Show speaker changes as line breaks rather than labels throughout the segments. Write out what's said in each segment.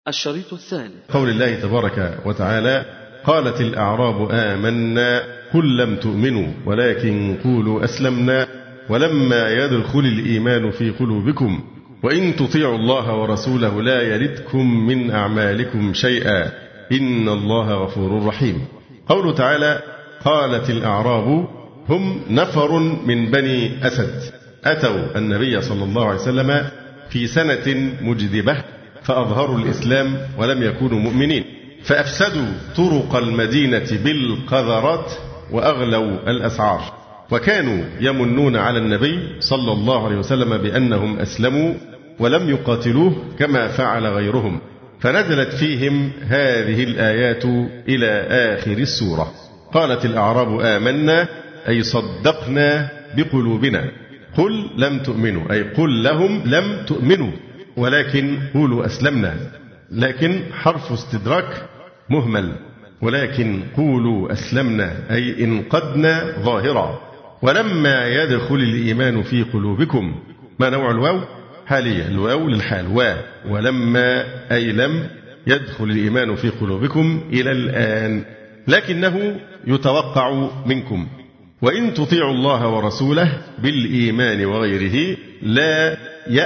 الشريط الثاني.
قول الله تبارك وتعالى: قالت الأعراب آمنا قل لم تؤمنوا ولكن قولوا أسلمنا ولما يدخل الإيمان في قلوبكم وإن تطيعوا الله ورسوله لا يلدكم من أعمالكم شيئا إن الله غفور رحيم. قوله تعالى: قالت الأعراب هم نفر من بني أسد أتوا النبي صلى الله عليه وسلم في سنة مجدبة فأظهروا الإسلام ولم يكونوا مؤمنين، فأفسدوا طرق المدينة بالقذرات وأغلوا الأسعار، وكانوا يمنون على النبي صلى الله عليه وسلم بأنهم أسلموا ولم يقاتلوه كما فعل غيرهم، فنزلت فيهم هذه الآيات إلى آخر السورة. قالت الأعراب آمنا أي صدقنا بقلوبنا، قل لم تؤمنوا أي قل لهم لم تؤمنوا ولكن قولوا أسلمنا، لكن حرف استدراك مهمل، ولكن قولوا أسلمنا أي انقدنا ظاهرا. ولما يدخل الإيمان في قلوبكم، ما نوع الواو؟ حالية، الواو للحال، ولما أي لم يدخل الإيمان في قلوبكم إلى الآن، لكنه يتوقع منكم. وإن تطيعوا الله ورسوله بالإيمان وغيره لا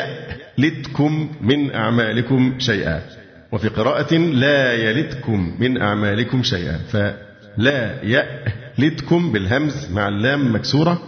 يلدكم من أعمالكم شيئا، وفي قراءة لا يلدكم من أعمالكم شيئا، فلا يلدكم بالهمز مع اللام مكسورة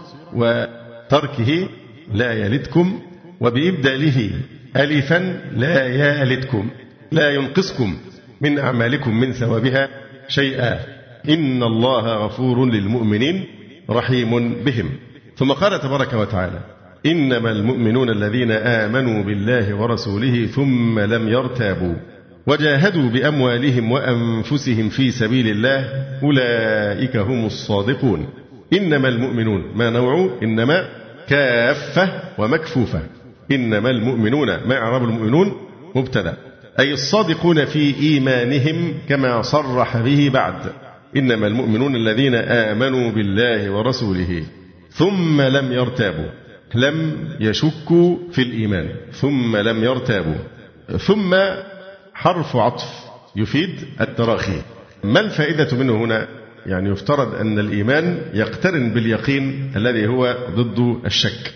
وتركه لا يلدكم، وبإبداله ألفا لا يلدكم، لا ينقصكم من أعمالكم من ثوابها شيئا إن الله غفور للمؤمنين رحيم بهم. ثم قال تبارك وتعالى: إنما المؤمنون الذين آمنوا بالله ورسوله ثم لم يرتابوا وجاهدوا بأموالهم وأنفسهم في سبيل الله أولئك هم الصادقون. إنما المؤمنون، ما نوع؟ إنما كافة ومكفوفة. إنما المؤمنون، ما إعراب المؤمنون؟ مبتدأ، أي الصادقون في إيمانهم كما صرح به بعد. إنما المؤمنون الذين آمنوا بالله ورسوله ثم لم يرتابوا، لم يشكوا في الإيمان، ثم لم يرتابوا. ثم حرف عطف يفيد التراخي. ما الفائدة منه هنا؟ يعني يفترض أن الإيمان يقترن باليقين الذي هو ضد الشك،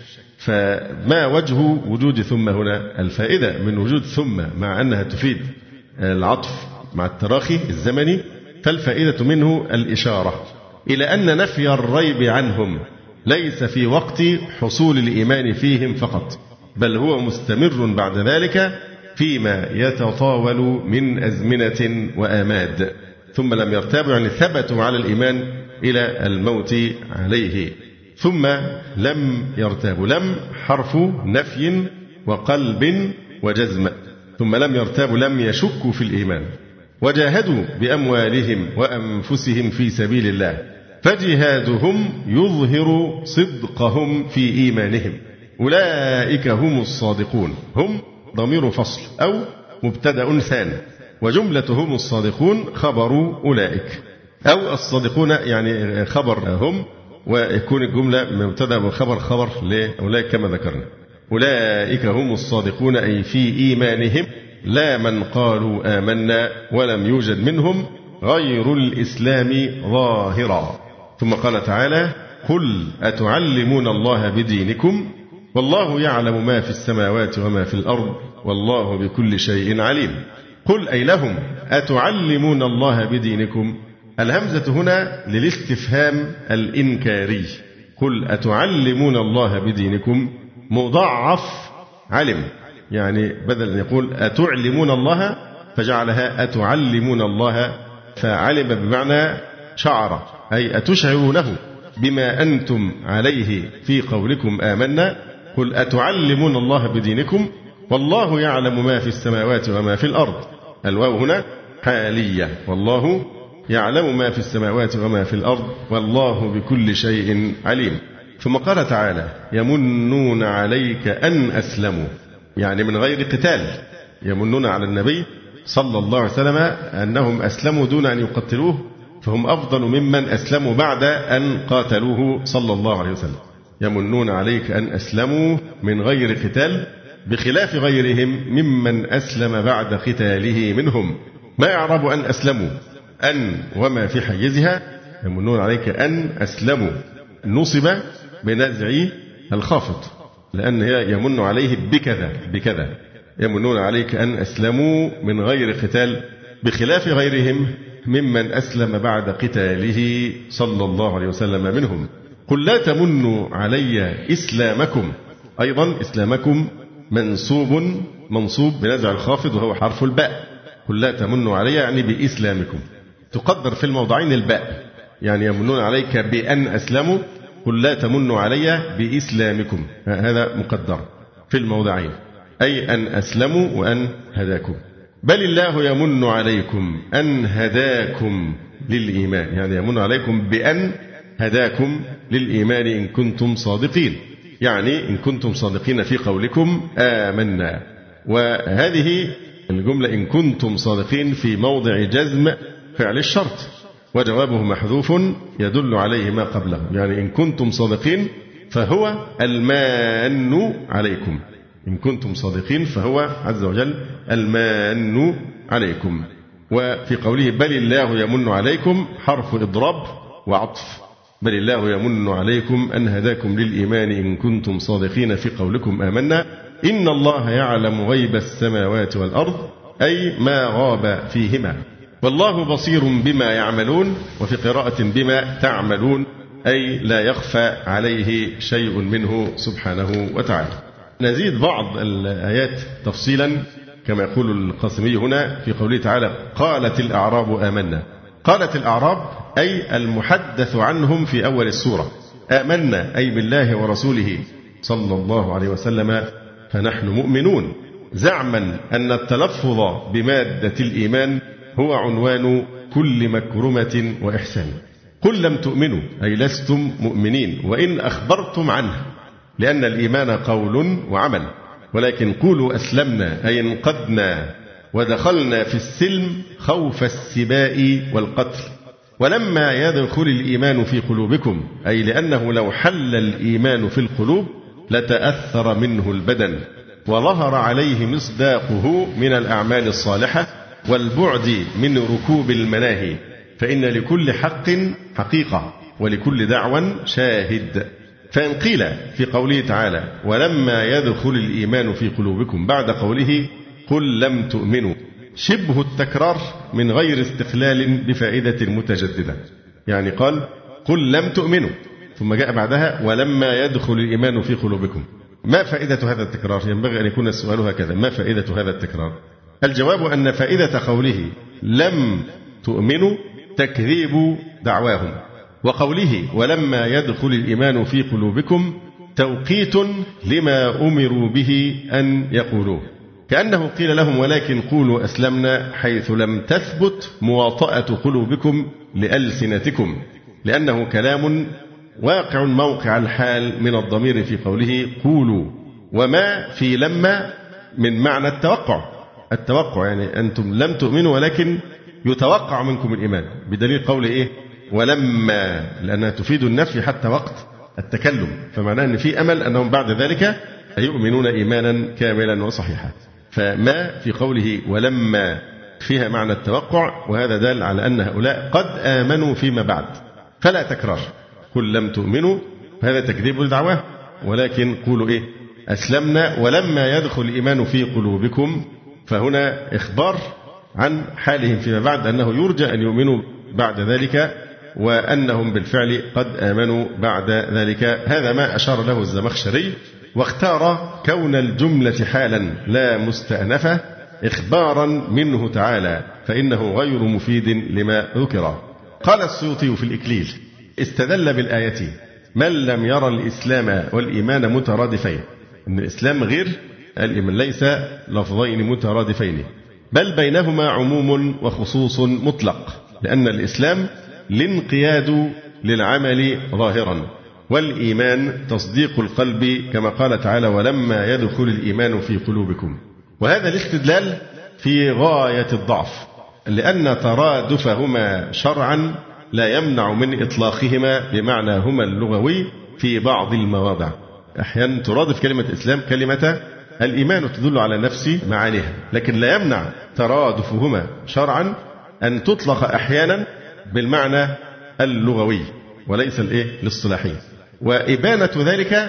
فما وجه وجود ثم هنا؟ الفائدة من وجود ثم مع أنها تفيد العطف مع التراخي الزمني، فالفائدة منه الإشارة إلى أن نفي الريب عنهم ليس في وقت حصول الإيمان فيهم فقط، بل هو مستمر بعد ذلك فيما يتطاول من أزمنة وآماد. ثم لم يرتابوا يعني ثبتوا على الإيمان إلى الموت عليه. ثم لم يرتابوا، لم حرف نفي وقلب وجزم، ثم لم يرتابوا لم يشكوا في الإيمان. وجاهدوا بأموالهم وأنفسهم في سبيل الله، فجهادهم يظهر صدقهم في إيمانهم أولئك هم الصادقون. هم ضمير فصل أو مبتدأ ثاني، وجملة هم الصادقون خبر أولئك، أو الصادقون يعني خبر هم، ويكون الجملة مبتدأ وخبر لأولئك كما ذكرنا. أولئك هم الصادقون أي في إيمانهم، لا من قالوا آمنا ولم يوجد منهم غير الإسلام ظاهرا. ثم قال تعالى: قل أتعلمون الله بدينكم والله يعلم ما في السماوات وما في الأرض والله بكل شيء عليم. قل أي لهم أتعلمون الله بدينكم، الهمزة هنا للاستفهام الإنكاري. قل أتعلمون الله بدينكم مضاعف علم، يعني بدل أن يقول أتعلمون الله فجعلها أتعلمون الله، فعلم بمعنى شعر، أي أتشعرونه بما أنتم عليه في قولكم آمنا. قل أتعلمون الله بدينكم والله يعلم ما في السماوات وما في الأرض، الواو هنا حالية، والله يعلم ما في السماوات وما في الأرض والله بكل شيء عليم. ثم قال تعالى: يمنون عليك أن أسلموا، يعني من غير قتال، يمنون على النبي صلى الله عليه وسلم أنهم أسلموا دون أن يقتلوه، فهم أفضل ممن أسلموا بعد أن قاتلوه صلى الله عليه وسلم. يمنون عليك أن أسلموا من غير قتال، بخلاف غيرهم ممن أسلم بعد قتاله منهم. ما إعراب أن أسلموا؟ أن وما في حيزها يمنون عليك أن أسلموا نصب بنزع الخافض، لأن هي يمن عليه بكذا يمنون عليك أن أسلموا من غير قتال بخلاف غيرهم ممن أسلم بعد قتاله صلى الله عليه وسلم منهم. قل لا تمنوا علي إسلامكم، أيضا إسلامكم منصوب بنزع الخافض وهو حرف الباء. قل لا تمنوا علي يعني بإسلامكم، تقدر في الموضعين الباء، يعني يمنون عليك بأن أسلموا، قل لا تمنوا علي بإسلامكم، هذا مقدر في الموضعين، أي أن أسلموا وأن هداكم. بل الله يمن عليكم أن هداكم للإيمان، يعني يمن عليكم بأن هداكم للإيمان إن كنتم صادقين، يعني إن كنتم صادقين في قولكم آمنا. وهذه الجملة إن كنتم صادقين في موضع جزم فعل الشرط، وجوابه محذوف يدل عليه ما قبله، يعني إن كنتم صادقين فهو المان عليكم، إن كنتم صادقين فهو عز وجل المان عليكم. وفي قوله بل الله يمن عليكم حرف إضراب وعطف، بل الله يمن عليكم أن هداكم للإيمان إن كنتم صادقين في قولكم آمنا إن الله يعلم غيب السماوات والأرض، أي ما غاب فيهما، والله بصير بما يعملون، وفي قراءة بما تعملون، أي لا يخفى عليه شيء منه سبحانه وتعالى. نزيد بعض الآيات تفصيلا كما يقول القاسمي هنا في قوله تعالى قالت الأعراب آمنا. قالت الأعراب أي المحدث عنهم في أول السورة، آمنا أي بالله ورسوله صلى الله عليه وسلم فنحن مؤمنون، زعما أن التلفظ بمادة الإيمان هو عنوان كل مكرمة وإحسان. قل لم تؤمنوا أي لستم مؤمنين وإن أخبرتم عنه، لأن الإيمان قول وعمل، ولكن قولوا أسلمنا أي انقدنا ودخلنا في السلم خوف السباء والقتل. ولما يدخل الإيمان في قلوبكم أي لأنه لو حل الإيمان في القلوب لتأثر منه البدن وظهر عليه مصداقه من الأعمال الصالحة والبعد من ركوب المناهي، فإن لكل حق حقيقة ولكل دعوى شاهد. فإن قيل في قوله تعالى ولما يدخل الإيمان في قلوبكم بعد قوله قل لم تؤمنوا شبه التكرار من غير استقلال بفائدة متجددة، يعني قال قل لم تؤمنوا ثم جاء بعدها ولما يدخل الإيمان في قلوبكم، ما فائدة هذا التكرار؟ ينبغي أن يكون السؤال هكذا، ما فائدة هذا التكرار؟ الجواب أن فائدة قوله لم تؤمنوا تكذيب دعواهم، وقوله ولما يدخل الإيمان في قلوبكم توقيت لما أمروا به أن يقولوه، كأنه قيل لهم ولكن قولوا أسلمنا حيث لم تثبت مواطأة قلوبكم لألسنتكم، لأنه كلام واقع موقع الحال من الضمير في قوله قولوا، وما في لما من معنى التوقع يعني أنتم لم تؤمنوا ولكن يتوقع منكم الإيمان، بدليل قول إيه ولما، لأنها تفيد النفي حتى وقت التكلم، فمعناه أن في أمل أنهم بعد ذلك يؤمنون إيمانا كاملا وصحيحا. فما في قوله ولما فيها معنى التوقع، وهذا دال على أن هؤلاء قد آمنوا فيما بعد، فلا تكرار. قل لم تؤمنوا هذا تكذيب لدعواه، ولكن قولوا إيه أسلمنا ولما يدخل الإيمان في قلوبكم، فهنا إخبار عن حالهم فيما بعد أنه يرجى أن يؤمنوا بعد ذلك، وأنهم بالفعل قد آمنوا بعد ذلك. هذا ما أشار له الزمخشري، واختار كون الجملة حالا لا مستأنفة إخبارا منه تعالى، فإنه غير مفيد لما ذكر. قال السيوطي في الإكليل استدل بالآية من لم يرى الإسلام والإيمان مترادفين، أن الإسلام غير الإيمان، ليس لفظين مترادفين، بل بينهما عموم وخصوص مطلق، لأن الإسلام الانقياد للعمل ظاهرا، والإيمان تصديق القلب كما قال تعالى ولما يدخل الإيمان في قلوبكم. وهذا الاستدلال في غاية الضعف، لأن ترادفهما شرعا لا يمنع من إطلاقهما بمعناهما اللغوي في بعض المواضع. أحيانا ترادف كلمة إسلام كلمة الإيمان تدل على نفس معانيها، لكن لا يمنع ترادفهما شرعا أن تطلق أحيانا بالمعنى اللغوي وليس الاصطلاحي. وإبانة ذلك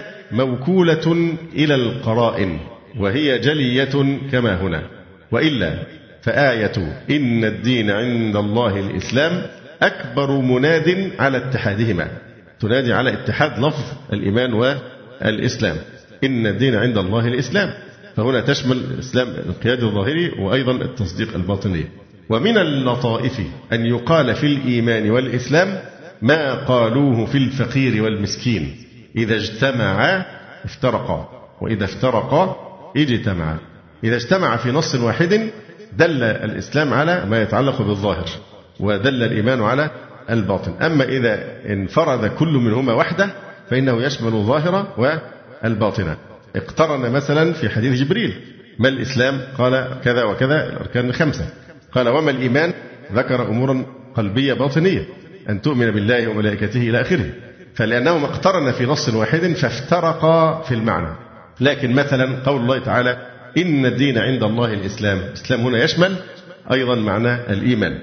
موكولة إلى القرائن وهي جلية كما هنا، وإلا فآية إن الدين عند الله الإسلام أكبر مناد على اتحادهما، تنادي على اتحاد لفظ الإيمان والإسلام. إن الدين عند الله الإسلام، فهنا تشمل الإسلام الانقياد الظاهري وأيضا التصديق الباطني. ومن اللطائف أن يقال في الإيمان والإسلام ما قالوه في الفقير والمسكين، إذا اجتمعا افترقا وإذا افترقا اجتمعا. إذا اجتمع في نص واحد دل الإسلام على ما يتعلق بالظاهر ودل الإيمان على الباطن، أما إذا انفرد كل منهما وحده فإنه يشمل الظاهر والباطن. اقترن مثلا في حديث جبريل ما الإسلام؟ قال كذا وكذا الأركان 5. قال وما الإيمان؟ ذكر أمورا قلبية باطنية، أن تؤمن بالله وملائكته إلى آخره، فلأنهما اقترن في نص واحد فافترقا في المعنى. لكن مثلا قول الله تعالى إن الدين عند الله الإسلام، الإسلام هنا يشمل أيضا معنى الإيمان،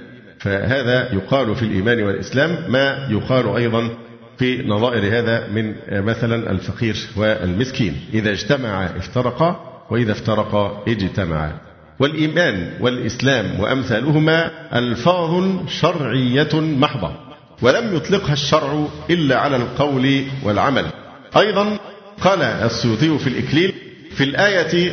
فهذا يقال في الإيمان والإسلام ما يقال أيضا في نظائر هذا من مثلا الفقير والمسكين، إذا اجتمعا افترقا وإذا افترقا اجتمعا. والإيمان والإسلام وأمثالهما ألفاظ شرعية محضة، ولم يطلقها الشرع إلا على القول والعمل. أيضا قال السيوطي في الإكليل في الآية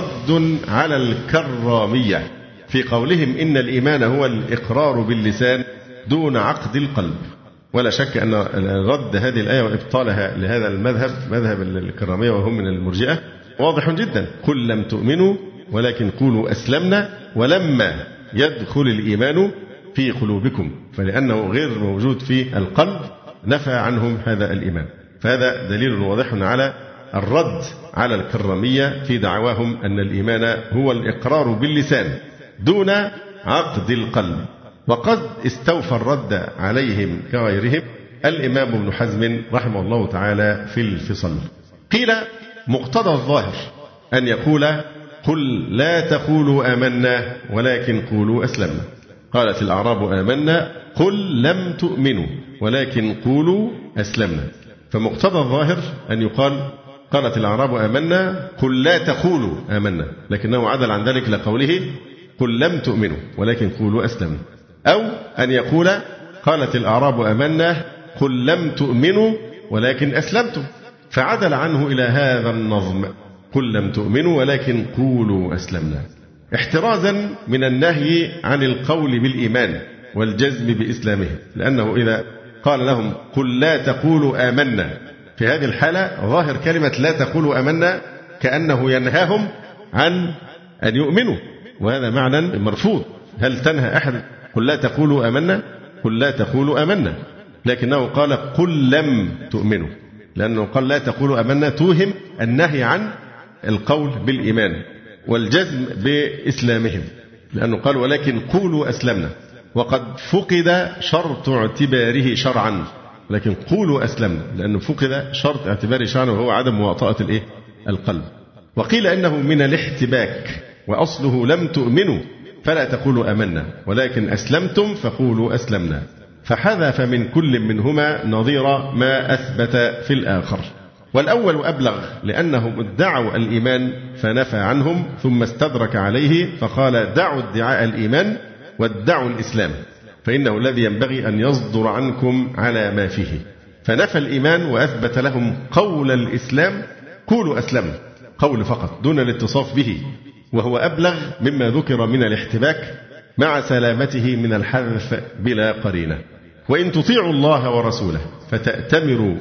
رد على الكرامية في قولهم إن الإيمان هو الإقرار باللسان دون عقد القلب. ولا شك أن رد هذه الآية وإبطالها لهذا المذهب، مذهب الكرامية وهم من المرجئة، واضح جدا. قل لم تؤمنوا ولكن قولوا أسلمنا ولما يدخل الإيمان في قلوبكم، فلأنه غير موجود في القلب نفى عنهم هذا الإيمان. فهذا دليل واضح على الرد على الكرامية في دعواهم أن الإيمان هو الإقرار باللسان دون عقد القلب. وقد استوفى الرد عليهم كغيرهم الإمام ابن حزم رحمه الله تعالى في الفصل. قيل مقتضى الظاهر أن يقول قل لا تقولوا آمنا ولكن قولوا أسلمنا. قالت الأعراب آمنا قل لم تؤمنوا ولكن قولوا أسلمنا. فمقتضى الظاهر أن يقال قالت الأعراب آمنا قل لا تقولوا آمنا، لكنه عدل عن ذلك لقوله قل لم تؤمنوا ولكن قولوا أسلمنا. أو أن يقول قالت الأعراب آمنا قل لم تؤمنوا ولكن أسلمتم، فعدل عنه إلى هذا النظم قل لم تؤمنوا ولكن قولوا أسلمنا، احترازا من النهي عن القول بالإيمان والجزم بإسلامه، لأنه إذا قال لهم قل لا تقولوا آمنا في هذه الحالة ظاهر كلمة لا تقولوا آمنا كأنه ينهاهم عن أن يؤمنوا، وهذا معنى مرفوض. هل تنهى أحد قل لا تقولوا آمنا؟ قل لا تقولوا آمنا، لكنه قال قل لم تؤمنوا، لأنه قال لا تقولوا آمنا توهم النهي عن القول بالإيمان والجزم بإسلامهم، لأنه قال ولكن قولوا أسلمنا، وقد فقد شرط اعتباره شرعا، لكن قولوا أسلمنا لأنه فقد شرط اعتباره شرعا وهو عدم مواطأة القلب. وقيل إنه من الاحتباك وأصله لم تؤمنوا فلا تقولوا آمنا ولكن أسلمتم فقولوا أسلمنا، فحذف من كل منهما نظير ما أثبت في الآخر. والأول أبلغ لأنهم ادعوا الإيمان فنفى عنهم ثم استدرك عليه فقال دعوا ادعاء الإيمان وادعوا الإسلام فإنه الذي ينبغي أن يصدر عنكم على ما فيه، فنفى الإيمان وأثبت لهم قول الإسلام قولوا أسلمنا، قول فقط دون الاتصاف به، وهو أبلغ مما ذكر من الاحتباك مع سلامته من الحذف بلا قرينة. وإن تطيعوا الله ورسوله فتأتمروا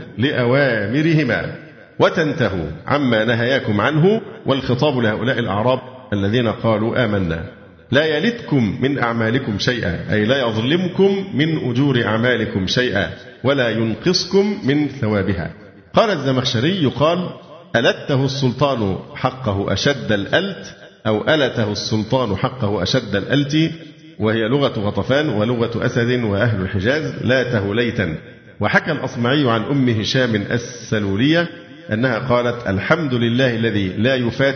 لأوامرهما وتنتهوا عما نهياكم عنه، والخطاب لهؤلاء الأعراب الذين قالوا آمنا لا يلدكم من أعمالكم شيئا، أي لا يظلمكم من أجور أعمالكم شيئا ولا ينقصكم من ثوابها. قال الزمخشري يقال ألته السلطان حقه أشد الألت، أو ألته السلطان حقه أشد الألت، وهي لغة غطفان ولغة أسد وأهل الحجاز لاته ليتا. وحكى الأصمعي عن أم هشام السلولية أنها قالت الحمد لله الذي لا يفات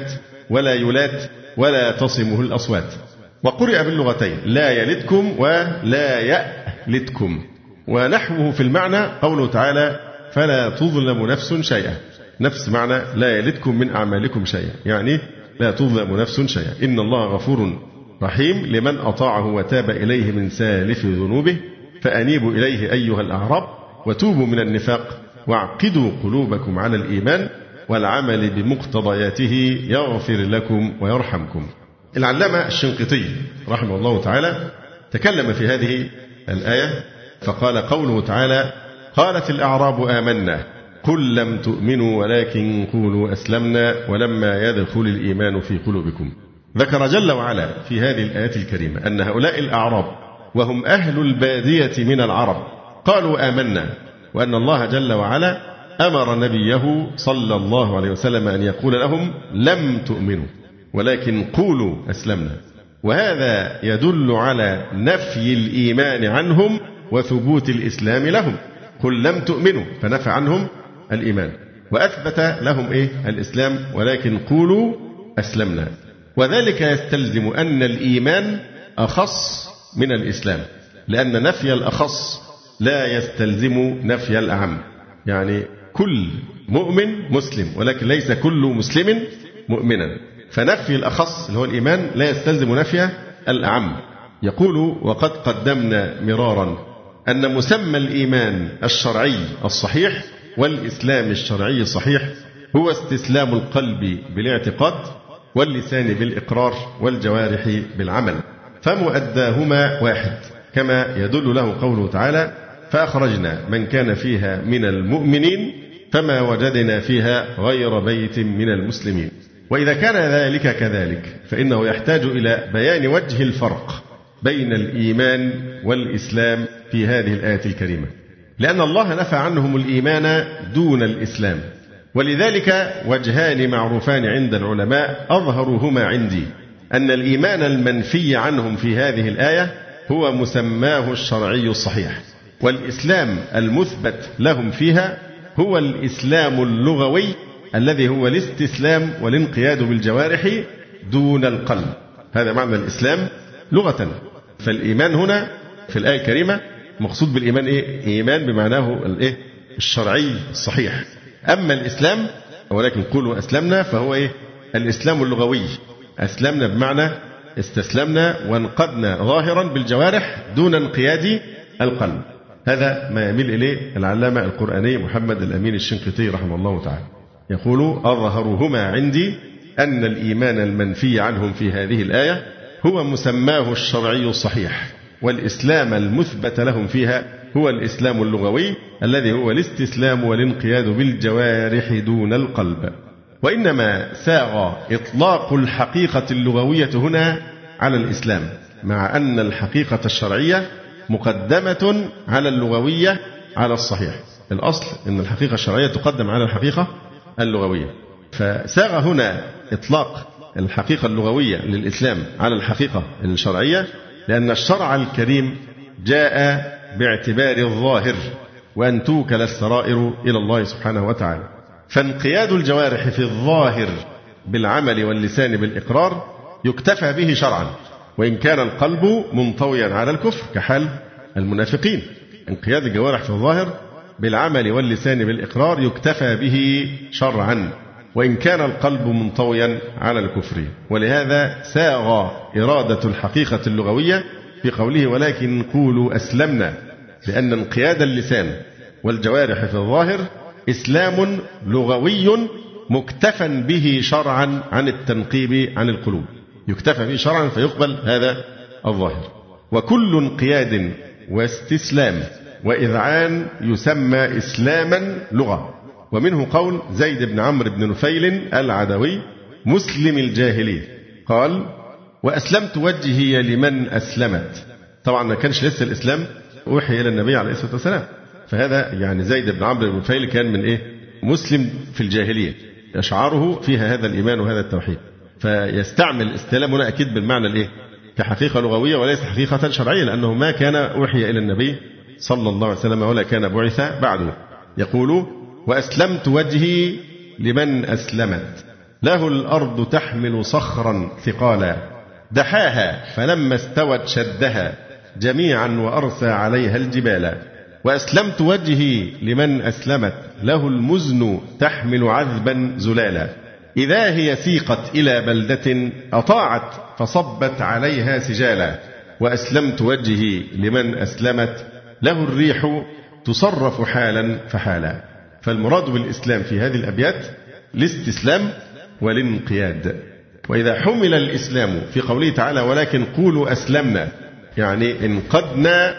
ولا يلات ولا تصمه الأصوات. وقرئ باللغتين لا يلدكم ولا يألدكم. ونحوه في المعنى قوله تعالى فلا تظلم نفس شيئا، نفس معنى لا يلدكم من أعمالكم شيئا، يعني لا تظلم نفس شيئا. إن الله غفور رحيم لمن أطاعه وتاب إليه من سالف ذنوبه فأنيبوا إليه أيها الأعراب وتوبوا من النفاق واعقدوا قلوبكم على الإيمان والعمل بمقتضياته يغفر لكم ويرحمكم. العلامة الشنقيطي رحمه الله تعالى تكلم في هذه الآية فقال قوله تعالى قالت الأعراب آمنا قل لم تؤمنوا ولكن قولوا أسلمنا ولما يدخل الإيمان في قلوبكم. ذكر جل وعلا في هذه الآيات الكريمة أن هؤلاء الأعراب وهم أهل البادية من العرب قالوا آمنا، وأن الله جل وعلا أمر نبيه صلى الله عليه وسلم أن يقول لهم لم تؤمنوا ولكن قولوا أسلمنا. وهذا يدل على نفي الإيمان عنهم وثبوت الإسلام لهم. قل لم تؤمنوا فنفى عنهم الإيمان وأثبت لهم الإسلام، ولكن قولوا أسلمنا. وذلك يستلزم أن الإيمان أخص من الإسلام، لأن نفي الأخص لا يستلزم نفي الأعم. يعني كل مؤمن مسلم ولكن ليس كل مسلم مؤمنا، فنفي الأخص اللي هو الإيمان لا يستلزم نفي الأعم. يقول وقد قدمنا مرارا أن مسمى الإيمان الشرعي الصحيح والإسلام الشرعي الصحيح هو استسلام القلب بالاعتقاد واللسان بالإقرار والجوارح بالعمل، فمؤداهما واحد، كما يدل له قوله تعالى فأخرجنا من كان فيها من المؤمنين فما وجدنا فيها غير بيت من المسلمين. وإذا كان ذلك كذلك فإنه يحتاج إلى بيان وجه الفرق بين الإيمان والإسلام في هذه الآية الكريمة، لأن الله نفى عنهم الإيمان دون الإسلام. ولذلك وجهان معروفان عند العلماء أظهرهما عندي أن الإيمان المنفي عنهم في هذه الآية هو مسماه الشرعي الصحيح، والإسلام المثبت لهم فيها هو الإسلام اللغوي الذي هو الاستسلام والانقياد بالجوارح دون القلب. هذا معنى الإسلام لغة. فالإيمان هنا في الآية الكريمة مقصود بالإيمان إيمان بمعناه الشرعي الصحيح. أما الإسلام ولكن قولوا أسلمنا فهو الإسلام اللغوي. أسلمنا بمعنى استسلمنا وانقدنا ظاهرا بالجوارح دون انقياد القلب. هذا ما يميل إليه العلامة القرآني محمد الأمين الشنقيطي رحمه الله تعالى. يقول أظهرهما عندي أن الإيمان المنفي عنهم في هذه الآية هو مسماه الشرعي الصحيح، والإسلام المثبت لهم فيها هو الإسلام اللغوي الذي هو الاستسلام والانقياد بالجوارح دون القلب. وإنما ساغ إطلاق الحقيقة اللغوية هنا على الإسلام، مع أن الحقيقة الشرعية مقدمة على اللغوية على الصحيح. الأصل أن الحقيقة الشرعية تقدم على الحقيقة اللغوية، فساغ هنا إطلاق الحقيقة اللغوية للإسلام على الحقيقة الشرعية، لأن الشرع الكريم جاء باعتبار الظاهر وأن توكل السرائر إلى الله سبحانه وتعالى. فانقياد الجوارح في الظاهر بالعمل واللسان بالإقرار يكتفى به شرعا، وإن كان القلب منطويا على الكفر كحال المنافقين. انقياد الجوارح في الظاهر بالعمل واللسان بالإقرار يكتفى به شرعا، وإن كان القلب منطويا على الكفر. ولهذا ساغ إرادة الحقيقة اللغوية في قوله ولكن قولوا أسلمنا، لأن انقياد اللسان والجوارح في الظاهر إسلام لغوي مكتفى به شرعا عن التنقيب عن القلوب، يكتفى به شرعا فيقبل هذا الظاهر. وكل انقياد واستسلام وإذعان يسمى إسلاما لغة. ومنه قول زيد بن عمرو بن نفيل العدوي مسلم الجاهلية قال وأسلمت وجهي لمن أسلمت. طبعا ما كانش لسه الإسلام أوحي إلى النبي عليه الصلاة والسلام، فهذا يعني زيد بن عمرو بن نفيل كان من مسلم في الجاهلية، أشعاره فيها هذا الإيمان وهذا التوحيد، فيستعمل الاستلام هنا أكيد بالمعنى كحقيقة لغوية وليس حقيقة شرعية، لأنه ما كان أوحي إلى النبي صلى الله عليه وسلم ولا كان بعث بعده. يقول وأسلمت وجهي لمن أسلمت، له الأرض تحمل صخرا ثقالا دحاها فلما استوت شدها جميعا وأرسى عليها الجبال وأسلمت وجهي لمن أسلمت له المزن تحمل عذبا زلالا إذا هي سيقت إلى بلدة أطاعت فصبت عليها سجالا وأسلمت وجهي لمن أسلمت له الريح تصرف حالا فحالا. فالمراد بالإسلام في هذه الأبيات الاستسلام والانقياد. وإذا حمل الإسلام في قوله تعالى ولكن قولوا أسلمنا يعني انقدنا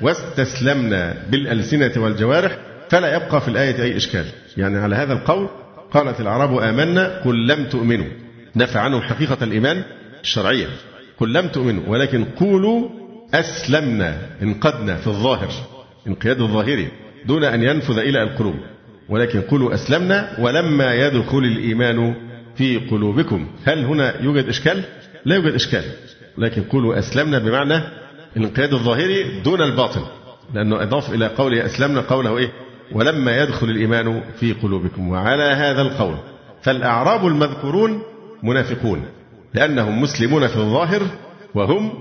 واستسلمنا بالألسنة والجوارح فلا يبقى في الآية أي إشكال. يعني على هذا القول قالت الأعراب آمنا قل لم تؤمنوا، نفى عنهم حقيقة الإيمان الشرعية، قل لم تؤمنوا ولكن قولوا أسلمنا، انقدنا في الظاهر، انقياد الظاهري دون أن ينفذ إلى القلوب، ولكن قولوا أسلمنا ولما يدخل الإيمان في قلوبكم. هل هنا يوجد إشكال؟ لا يوجد إشكال، لكن قولوا أسلمنا بمعنى الانقياد الظاهري دون الباطن، لأنه أضاف إلى قوله أسلمنا قوله إيه؟ ولما يدخل الإيمان في قلوبكم. وعلى هذا القول فالأعراب المذكورون منافقون، لأنهم مسلمون في الظاهر وهم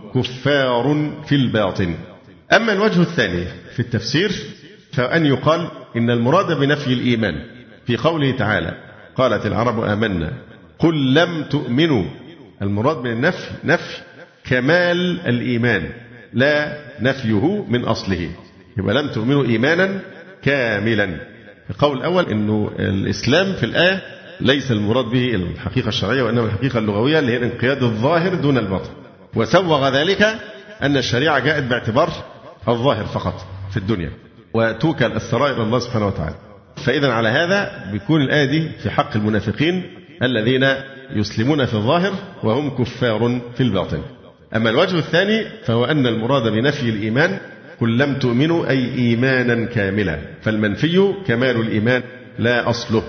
كفار في الباطن. أما الوجه الثاني في التفسير فأن يقال إن المراد بنفي الإيمان في قوله تعالى قالت العرب آمنا قل لم تؤمنوا، المراد بالنفي نفي كمال الإيمان لا نفيه من أصله، يبقى لم تؤمنوا إيمانا كاملا. القول الأول أنه الإسلام في الآية ليس المراد به الحقيقة الشرعية وإنما الحقيقة اللغوية اللي هي الانقياد الظاهر دون الباطن، وسوغ ذلك أن الشريعة جاءت باعتبار الظاهر فقط في الدنيا وتوكل السرائر إلى الله سبحانه وتعالى. فإذا على هذا بيكون الآية دي في حق المنافقين الذين يسلمون في الظاهر وهم كفار في الباطن. أما الوجه الثاني فهو أن المراد بنفي الإيمان قل لم تؤمنوا أي إيمانا كاملا، فالمنفي كمال الإيمان لا أصله،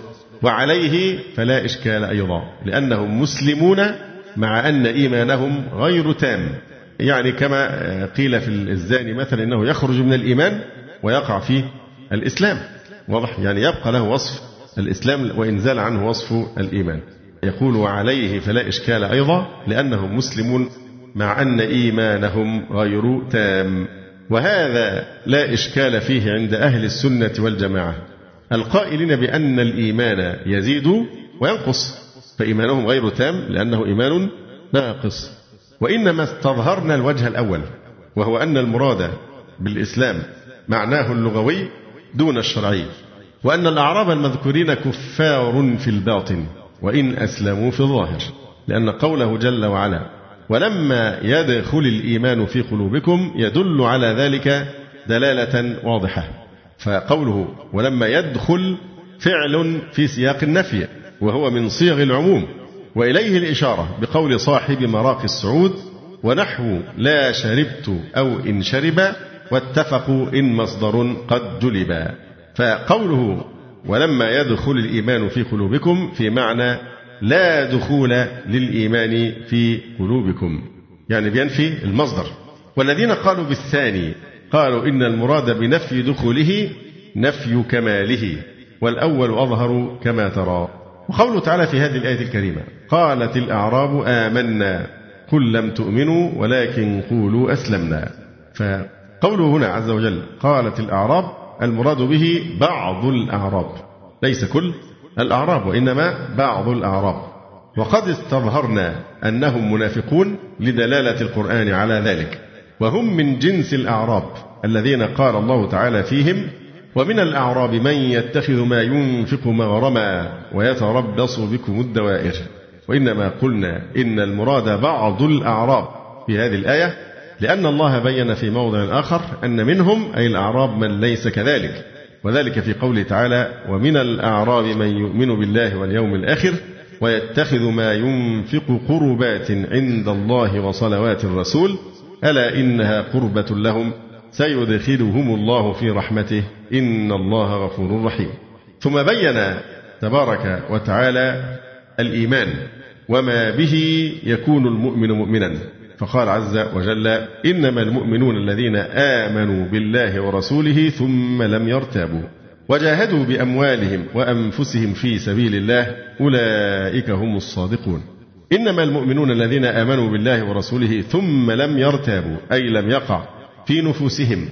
وعليه فلا إشكال أيضا لأنهم مسلمون مع أن إيمانهم غير تام. يعني كما قيل في الزاني مثلا إنه يخرج من الإيمان ويقع في الإسلام، واضح؟ يعني يبقى له وصف الإسلام وإن زال عنه وصف الإيمان. يقول وعليه فلا إشكال أيضا لأنهم مسلمون مع أن إيمانهم غير تام. وهذا لا إشكال فيه عند أهل السنة والجماعة القائلين بأن الإيمان يزيد وينقص، فإيمانهم غير تام لأنه إيمان ناقص. وإنما استظهرنا الوجه الأول وهو أن المراد بالإسلام معناه اللغوي دون الشرعي، وأن الأعراب المذكورين كفار في الباطن وإن أسلموا في الظاهر، لأن قوله جل وعلا ولما يدخل الإيمان في قلوبكم يدل على ذلك دلالة واضحة. فقوله ولما يدخل فعل في سياق النفي وهو من صيغ العموم، وإليه الإشارة بقول صاحب مراقي السعود ونحو لا شربت أو إن شرب واتفقوا إن مصدر قد جلب. فقوله ولما يدخل الإيمان في قلوبكم في معنى لا دخول للإيمان في قلوبكم، يعني بينفي المصدر. والذين قالوا بالثاني قالوا إن المراد بنفي دخوله نفي كماله، والأول أظهر كما ترى. وقوله تعالى في هذه الآية الكريمة قالت الأعراب آمنا قل لم تؤمنوا ولكن قولوا أسلمنا، فقوله هنا عز وجل قالت الأعراب المراد به بعض الأعراب، ليس كل الأعراب وإنما بعض الأعراب. وقد استظهرنا أنهم منافقون لدلالة القرآن على ذلك، وهم من جنس الأعراب الذين قال الله تعالى فيهم ومن الأعراب من يتخذ ما ينفق مغرما ويتربص بكم الدوائر. وإنما قلنا إن المراد بعض الأعراب في هذه الآية لأن الله بين في موضع آخر أن منهم أي الأعراب من ليس كذلك، وذلك في قوله تعالى ومن الأعراب من يؤمن بالله واليوم الآخر ويتخذ ما ينفق قربات عند الله وصلوات الرسول ألا إنها قربة لهم سيدخلهم الله في رحمته إن الله غفور رحيم. ثم بين تبارك وتعالى الإيمان وما به يكون المؤمن مؤمنا، فقال عز وجل إنما المؤمنون الذين آمنوا بالله ورسوله ثم لم يرتابوا وجاهدوا بأموالهم وأنفسهم في سبيل الله أولئك هم الصادقون. إنما المؤمنون الذين آمنوا بالله ورسوله ثم لم يرتابوا، أي لم يقع في نفوسهم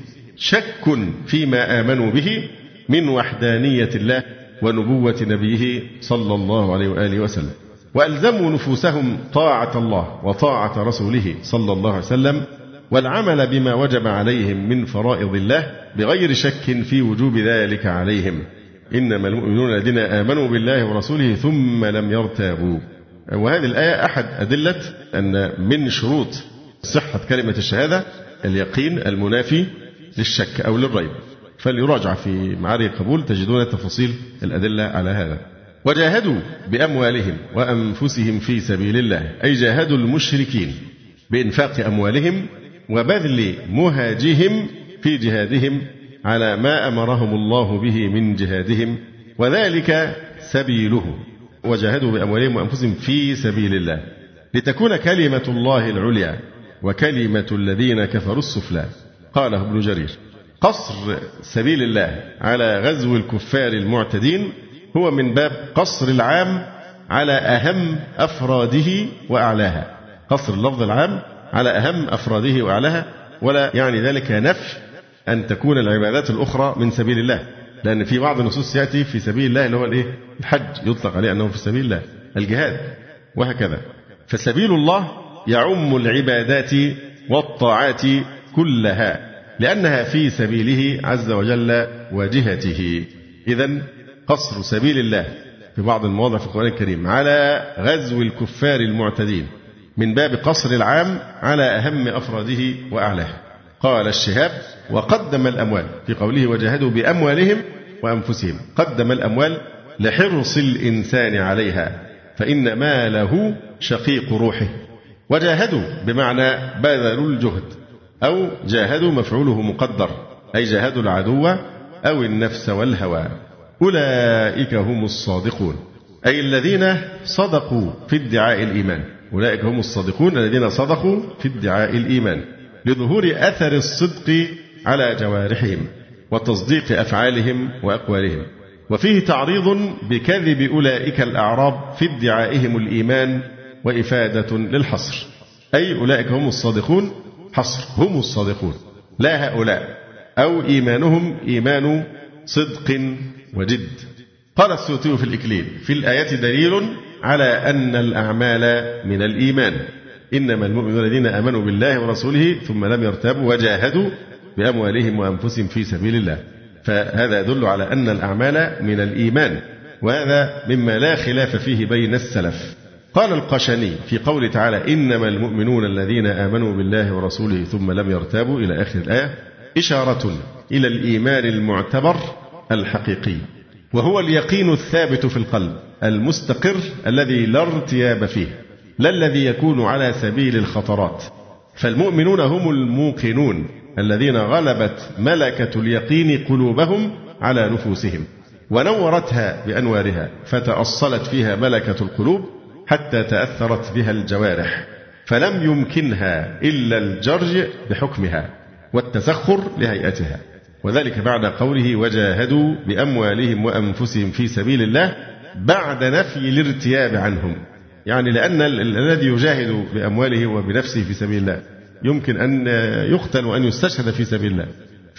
شك فيما آمنوا به من وحدانية الله ونبوة نبيه صلى الله عليه وآله وسلم، وألزموا نفوسهم طاعة الله وطاعة رسوله صلى الله عليه وسلم، والعمل بما وجب عليهم من فرائض الله بغير شك في وجوب ذلك عليهم. إنما المؤمنون الذين آمنوا بالله ورسوله ثم لم يرتابوا. وهذه الآية أحد أدلة أن من شروط صحة كلمة الشهادة اليقين المنافي للشك أو للريب، فليراجع في معاري القبول تجدون تفاصيل الأدلة على هذا. وجاهدوا بأموالهم وأنفسهم في سبيل الله، أي جاهدوا المشركين بإنفاق أموالهم وبذل مهاجهم في جهادهم على ما أمرهم الله به من جهادهم، وذلك سبيله. وجاهدوا بأموالهم وأنفسهم في سبيل الله لتكون كلمة الله العليا وكلمة الذين كفروا السفلى. قاله ابن جرير: قصر سبيل الله على غزو الكفار المعتدين هو من باب قصر العام على أهم أفراده وأعلاها. قصر اللفظ العام على أهم أفراده وأعلاها، ولا يعني ذلك نفي أن تكون العبادات الأخرى من سبيل الله، لأن في بعض النصوص يأتي في سبيل الله اللي هو الحج يطلق عليه أنه في سبيل الله، الجهاد وهكذا. فسبيل الله يعم العبادات والطاعات كلها لأنها في سبيله عز وجل وجهته. إذن قصر سبيل الله في بعض المواضع في القرآن الكريم على غزو الكفار المعتدين من باب قصر العام على أهم أفراده وأعلاه. قال الشهاب: وقدم الأموال في قوله وجاهدوا بأموالهم وأنفسهم، قدم الأموال لحرص الإنسان عليها، فإن ماله شقيق روحه. وجاهدوا بمعنى بذلوا الجهد، أو جاهدوا مفعوله مقدر، أي جاهدوا العدو أو النفس والهوى. أولئك هم الصادقون، أي الذين صدقوا في ادعاء الإيمان. أولئك هم الصادقون الذين صدقوا في ادعاء الإيمان لظهور أثر الصدق على جوارحهم وتصديق أفعالهم وأقوالهم. وفيه تعريض بكذب أولئك الأعراب في ادعائهم الإيمان وإفادة للحصر، أي أولئك هم الصادقون حصر، هم الصادقون لا هؤلاء، أو إيمانهم إيمان صدق وجد. قال السيوطي في الإكليل: في الآية دليل على أن الأعمال من الإيمان. إنما المؤمنون الذين آمنوا بالله ورسوله ثم لم يرتابوا وجاهدوا بأموالهم وأنفسهم في سبيل الله. فهذا يدل على أن الأعمال من الإيمان، وهذا مما لا خلاف فيه بين السلف. قال القشني في قوله تعالى: إنما المؤمنون الذين آمنوا بالله ورسوله ثم لم يرتابوا إلى آخر الآية، إشارة إلى الإيمان المعتبر الحقيقي، وهو اليقين الثابت في القلب المستقر الذي لا ارتياب فيه، لا الذي يكون على سبيل الخطرات. فالمؤمنون هم الموقنون الذين غلبت ملكة اليقين قلوبهم على نفوسهم ونورتها بأنوارها، فتأصلت فيها ملكة القلوب حتى تأثرت بها الجوارح، فلم يمكنها إلا الجرج بحكمها والتسخر لهيئتها. وذلك بعد قوله وجاهدوا بأموالهم وأنفسهم في سبيل الله بعد نفي الارتياب عنهم. يعني لأن الذي يجاهد بأمواله وبنفسه في سبيل الله يمكن أن يقتل وأن يستشهد في سبيل الله،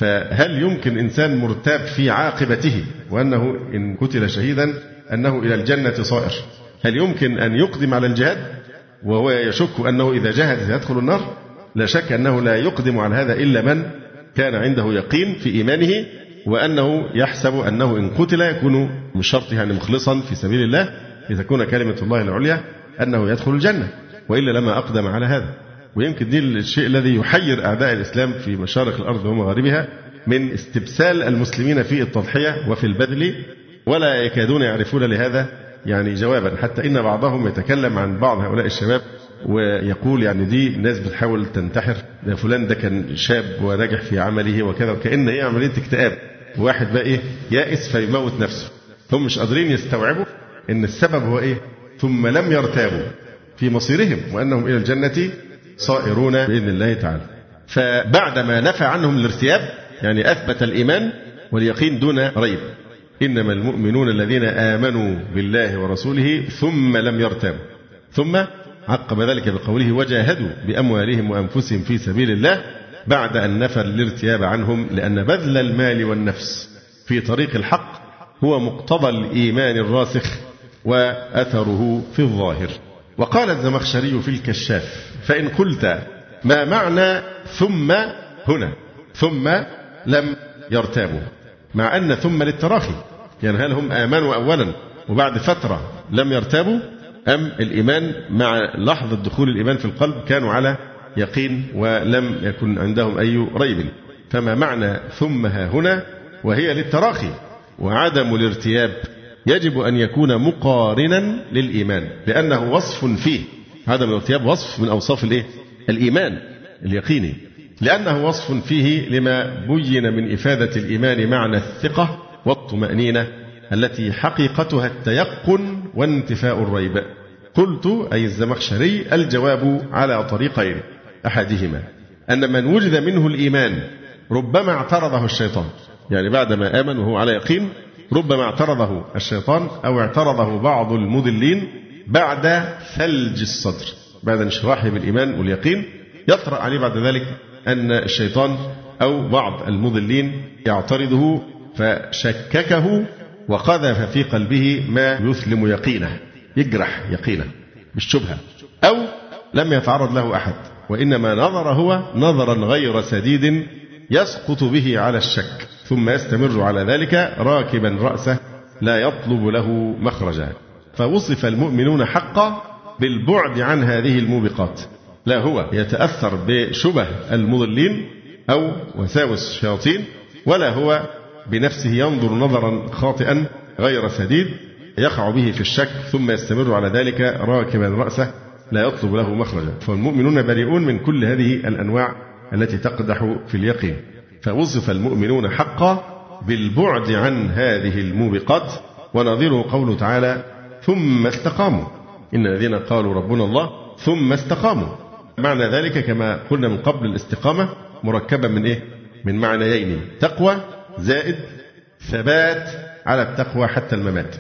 فهل يمكن إنسان مرتاب في عاقبته وأنه إن قتل شهيدا أنه إلى الجنة صائر؟ هل يمكن أن يقدم على الجهاد وهو يشك أنه إذا جاهد سيدخل النار؟ لا شك أنه لا يقدم على هذا إلا من كان عنده يقين في إيمانه، وأنه يحسب أنه إن قتل يكون من شرطه يعني مخلصا في سبيل الله لتكون كلمة الله العليا أنه يدخل الجنة، وإلا لما أقدم على هذا. ويمكن دي الشيء الذي يحير أعداء الإسلام في مشارق الأرض ومغاربها من استبسال المسلمين في التضحية وفي البذل، ولا يكادون يعرفون لهذا يعني جوابا. حتى إن بعضهم يتكلم عن بعض هؤلاء الشباب ويقول يعني دي ناس بتحاول تنتحر، ده فلان ده كان شاب ونجح في عمله وكذا، وكأن هي عملية اكتئاب، واحد بقى يائس فيموت نفسه. هم مش قادرين يستوعبوا إن السبب هو ثم لم يرتابوا في مصيرهم وأنهم إلى الجنة صائرون بإذن الله تعالى. فبعدما نفى عنهم الارتياب يعني أثبت الإيمان واليقين دون ريب، إنما المؤمنون الذين آمنوا بالله ورسوله ثم لم يرتابوا. ثم عقب ذلك بقوله وجاهدوا بأموالهم وأنفسهم في سبيل الله بعد أن نفى الارتياب عنهم، لأن بذل المال والنفس في طريق الحق هو مقتضى الإيمان الراسخ وأثره في الظاهر. وقال الزمخشري في الكشاف فإن قلت ما معنى ثم هنا؟ ثم لم يرتابوا، مع أن ثم للتراخي، يعني هل هم آمنوا أولا وبعد فترة لم يرتابوا، أم الإيمان مع لحظة دخول الإيمان في القلب كانوا على يقين ولم يكن عندهم أي ريب؟ فما معنى ثم ها هنا وهي للتراخي، وعدم الارتياب يجب أن يكون مقارنا للإيمان، لأنه وصف فيه. عدم الارتياب وصف من أوصاف الإيمان اليقيني، لأنه وصف فيه لما بين من إفادة الإيمان معنى الثقة والطمأنينة التي حقيقتها التيقن وانتفاء الريب. قلت أي الزمخشري الجواب على طريقين، أحدهما أن من وجد منه الإيمان ربما اعترضه الشيطان، يعني بعدما آمن وهو على يقين ربما اعترضه الشيطان أو اعترضه بعض المضلين بعد ثلج الصدر، بعد انشراحه بالإيمان واليقين يطرأ عليه بعد ذلك أن الشيطان أو بعض المضلين يعترضه فشككه وقذف في قلبه ما يثلم يقينه، يجرح يقينه بالشبهة، أو لم يتعرض له أحد وإنما نظر هو نظرا غير سديد يسقط به على الشك، ثم يستمر على ذلك راكبا رأسه لا يطلب له مخرجا. فوصف المؤمنون حقا بالبعد عن هذه الموبقات، لا هو يتأثر بشبه المضلين أو وساوس الشياطين، ولا هو بنفسه ينظر نظرا خاطئا غير سديد يقع به في الشك ثم يستمر على ذلك راكبا رأسه لا يطلب له مخرجا. فالمؤمنون بريئون من كل هذه الأنواع التي تقدح في اليقين. فوصف المؤمنون حقا بالبعد عن هذه الموبقات، ونظيره قوله تعالى ثم استقاموا، إن الذين قالوا ربنا الله ثم استقاموا. معنى ذلك كما قلنا من قبل الاستقامة مركبة من من معنيين، تقوى زائد ثبات على التقوى حتى الممات.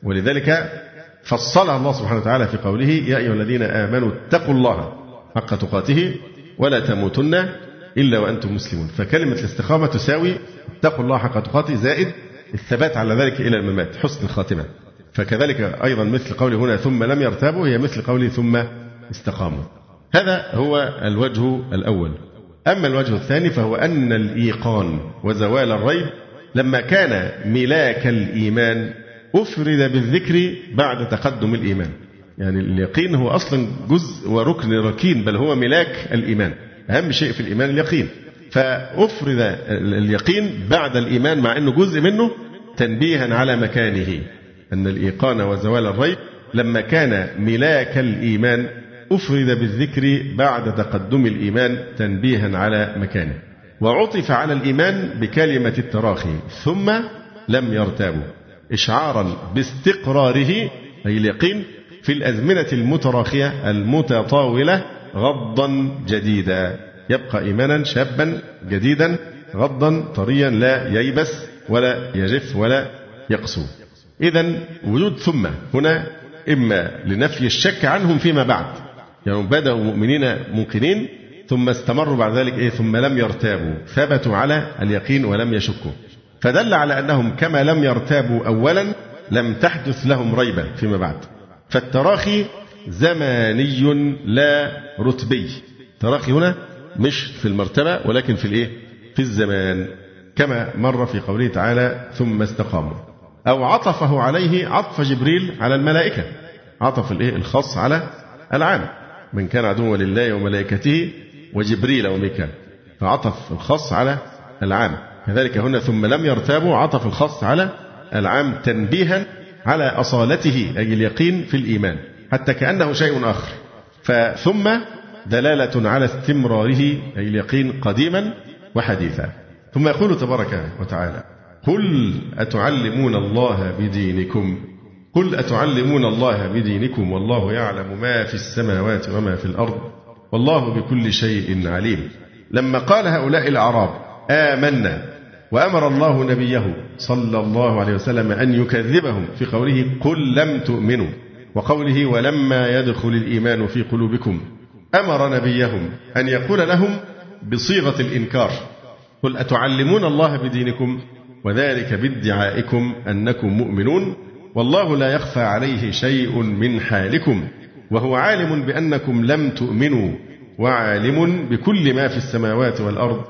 ولذلك فصلها الله سبحانه وتعالى في قوله يا أيها الذين آمنوا اتقوا الله حق تقاته ولا تموتن إلا وأنتم مسلمون. فكلمة الاستقامة تساوي اتقوا الله حق تقاته زائد الثبات على ذلك إلى الممات، حسن الخاتمة. فكذلك أيضا مثل قوله هنا ثم لم يرتابوا هي مثل قوله ثم استقاموا. هذا هو الوجه الأول. أما الوجه الثاني فهو أن الإيقان وزوال الريب لما كان ملاك الإيمان أفرد بالذكر بعد تقدم الإيمان. يعني اليقين هو أصلا جزء وركن ركين، بل هو ملاك الإيمان، أهم شيء في الإيمان اليقين. فأفرد اليقين بعد الإيمان مع أنه جزء منه تنبيها على مكانه، أن الإيقان وزوال الريب لما كان ملاك الإيمان أفرد بالذكر بعد تقدم الإيمان تنبيها على مكانه. وعطف على الإيمان بكلمة التراخي ثم لم يرتابوا إشعارا باستقراره أي اليقين في الأزمنة المتراخية المتطاولة غضا جديدا، يبقى إيمانا شابا جديدا غضا طريا لا ييبس ولا يجف ولا يقسو. إذن وجود ثم هنا إما لنفي الشك عنهم فيما بعد، يعني بدأوا مؤمنين موقنين ثم استمروا بعد ذلك ثم لم يرتابوا، ثبتوا على اليقين ولم يشكوا، فدل على أنهم كما لم يرتابوا أولا لم تحدث لهم ريبة فيما بعد. فالتراخي زماني لا رتبي، تراخي هنا مش في المرتبة ولكن في في الزمان، كما مر في قوله تعالى ثم استقاموا. أو عطفه عليه عطف جبريل على الملائكة، عطف الخاص على العام، من كان عدوا لله وملائكته وجبريل وميكال، فعطف الخاص على العام. كذلك هنا ثم لم يرتابوا عطف الخاص على العام تنبيها على أصالته أي اليقين في الإيمان، حتى كأنه شيء آخر. فثم دلالة على استمراره أي اليقين قديما وحديثا. ثم يقول تبارك وتعالى قل أتعلمون الله بدينكم، قل أتعلمون الله بدينكم والله يعلم ما في السماوات وما في الأرض والله بكل شيء عليم. لما قال هؤلاء الأعراب آمنا وأمر الله نبيه صلى الله عليه وسلم أن يكذبهم في قوله قل لم تؤمنوا، وقوله ولما يدخل الإيمان في قلوبكم. أمر نبيهم أن يقول لهم بصيغة الإنكار قل أتعلمون الله بدينكم وذلك بادعائكم أنكم مؤمنون والله لا يخفى عليه شيء من حالكم وهو عالم بأنكم لم تؤمنوا وعالم بكل ما في السماوات والأرض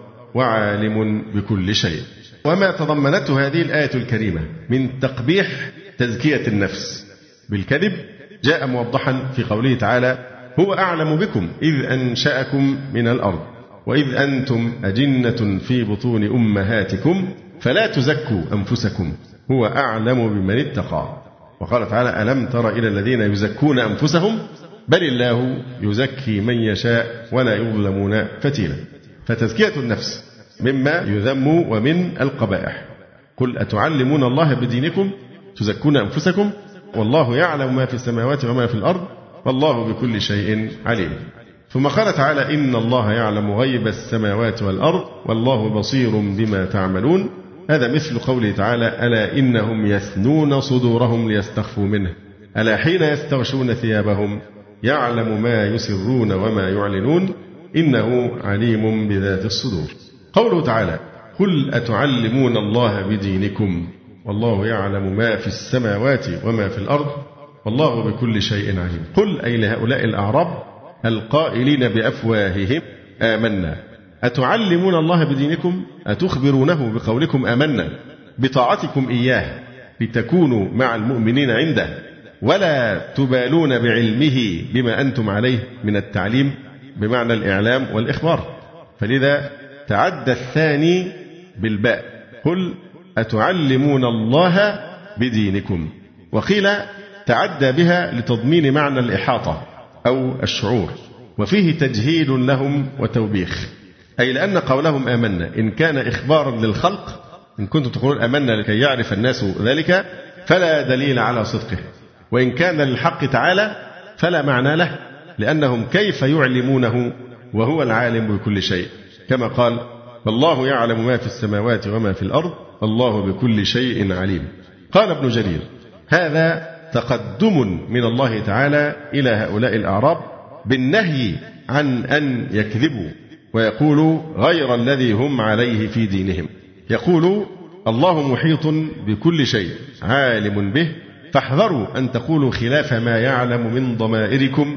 وعالم بكل شيء. وما تضمنته هذه الآية الكريمة من تقبيح تزكية النفس بالكذب جاء موضحا في قوله تعالى هو أعلم بكم إذ أنشأكم من الأرض وإذ أنتم أجنة في بطون أمهاتكم فلا تزكوا أنفسكم هو أعلم بمن اتقى. وقال تعالى ألم تر إلى الذين يزكون أنفسهم بل الله يزكي من يشاء ولا يظلمون فتيلا. فتزكية النفس مما يذم ومن القبائح. قل أتعلمون الله بدينكم تزكون أنفسكم والله يعلم ما في السماوات وما في الأرض والله بكل شيء عليم. ثم قال تعالى إن الله يعلم غيب السماوات والأرض والله بصير بما تعملون. هذا مثل قوله تعالى ألا إنهم يثنون صدورهم ليستخفوا منه ألا حين يستغشون ثيابهم يعلم ما يسرون وما يعلنون إنه عليم بذات الصدور. قوله تعالى قل أتعلمون الله بدينكم والله يعلم ما في السماوات وما في الأرض والله بكل شيء عليم. قل أي لهؤلاء الأعراب القائلين بأفواههم آمنا أتعلمون الله بدينكم أتخبرونه بقولكم آمنا بطاعتكم إياه لتكونوا مع المؤمنين عنده ولا تبالون بعلمه بما أنتم عليه من التعليم بمعنى الإعلام والإخبار. فلذا تعدى الثاني بالباء قل أتعلمون الله بدينكم. وقيل تعدى بها لتضمين معنى الإحاطة أو الشعور وفيه تجهيل لهم وتوبيخ أي لأن قولهم آمنا إن كان إخبارا للخلق إن كنتم تقولون آمنا لكي يعرف الناس ذلك فلا دليل على صدقه وإن كان للحق تعالى فلا معنى له لأنهم كيف يعلمونه وهو العالم بكل شيء كما قال والله يعلم ما في السماوات وما في الأرض الله بكل شيء عليم. قال ابن جرير هذا تقدم من الله تعالى إلى هؤلاء الأعراب بالنهي عن أن يكذبوا ويقولوا غير الذي هم عليه في دينهم. يقول الله محيط بكل شيء عالم به فاحذروا أن تقولوا خلاف ما يعلم من ضمائركم